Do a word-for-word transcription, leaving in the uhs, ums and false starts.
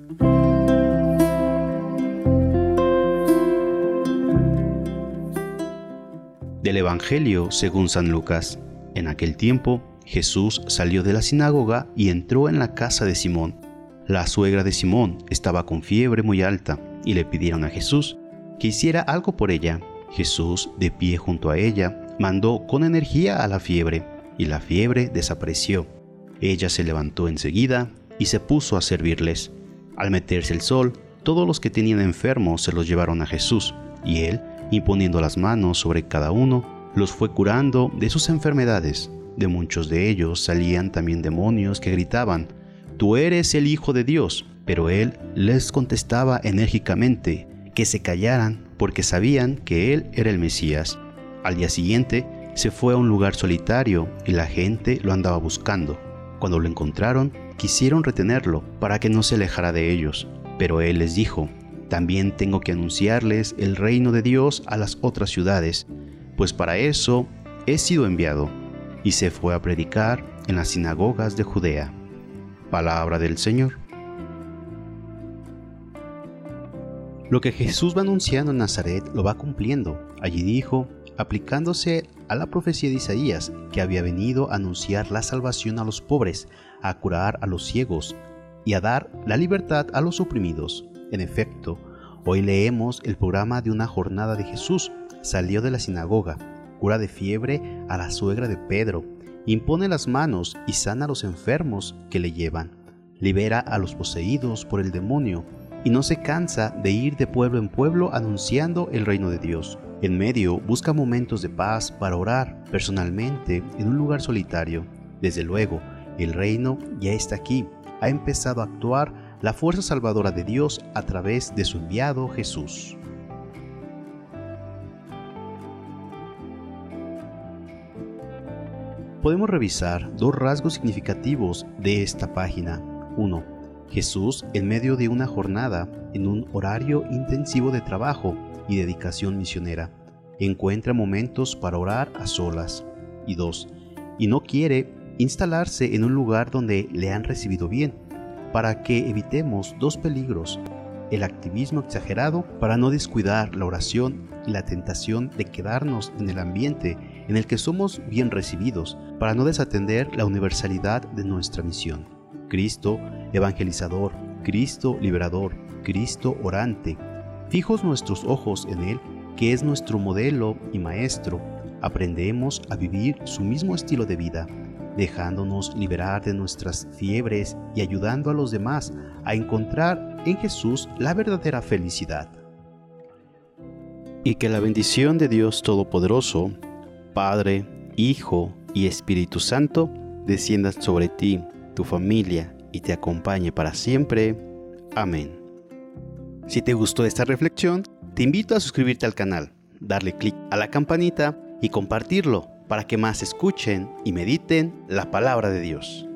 Del Evangelio según San Lucas. En aquel tiempo, Jesús salió de la sinagoga y entró en la casa de Simón. La suegra de Simón estaba con fiebre muy alta y le pidieron a Jesús que hiciera algo por ella. Jesús, de pie junto a ella, mandó con energía a la fiebre, y la fiebre desapareció. Ella se levantó enseguida y se puso a servirles. Al meterse el sol, todos los que tenían enfermos se los llevaron a Jesús, y él, imponiendo las manos sobre cada uno, los fue curando de sus enfermedades. De muchos de ellos salían también demonios que gritaban: «Tú eres el Hijo de Dios». Pero él les contestaba enérgicamente que se callaran, porque sabían que él era el Mesías. Al día siguiente se fue a un lugar solitario y la gente lo andaba buscando. Cuando lo encontraron, quisieron retenerlo para que no se alejara de ellos. Pero él les dijo: «También tengo que anunciarles el reino de Dios a las otras ciudades, pues para eso he sido enviado». Y se fue a predicar en las sinagogas de Judea. Palabra del Señor. Lo que Jesús va anunciando en Nazaret lo va cumpliendo. Allí dijo, aplicándose a la profecía de Isaías, que había venido a anunciar la salvación a los pobres, a curar a los ciegos y a dar la libertad a los oprimidos. En efecto, hoy leemos el programa de una jornada de Jesús. Salió de la sinagoga, cura de fiebre a la suegra de Pedro, impone las manos y sana a los enfermos que le llevan, libera a los poseídos por el demonio, y no se cansa de ir de pueblo en pueblo anunciando el reino de Dios. En medio busca momentos de paz para orar personalmente en un lugar solitario. Desde luego, el reino ya está aquí. Ha empezado a actuar la fuerza salvadora de Dios a través de su enviado Jesús. Podemos revisar dos rasgos significativos de esta página. uno. Jesús, en medio de una jornada, en un horario intensivo de trabajo y dedicación misionera, encuentra momentos para orar a solas. Y dos. Y no quiere instalarse en un lugar donde le han recibido bien, para que evitemos dos peligros: el activismo exagerado para no descuidar la oración y la tentación de quedarnos en el ambiente en el que somos bien recibidos, para no desatender la universalidad de nuestra misión. Cristo evangelizador, Cristo liberador, Cristo orante. Fijos nuestros ojos en Él, que es nuestro modelo y maestro, aprendemos a vivir su mismo estilo de vida, dejándonos liberar de nuestras fiebres y ayudando a los demás a encontrar en Jesús la verdadera felicidad. Y que la bendición de Dios Todopoderoso, Padre, Hijo y Espíritu Santo, descienda sobre ti, tu familia, y te acompañe para siempre. Amén. Si te gustó esta reflexión, te invito a suscribirte al canal, darle clic a la campanita y compartirlo para que más escuchen y mediten la palabra de Dios.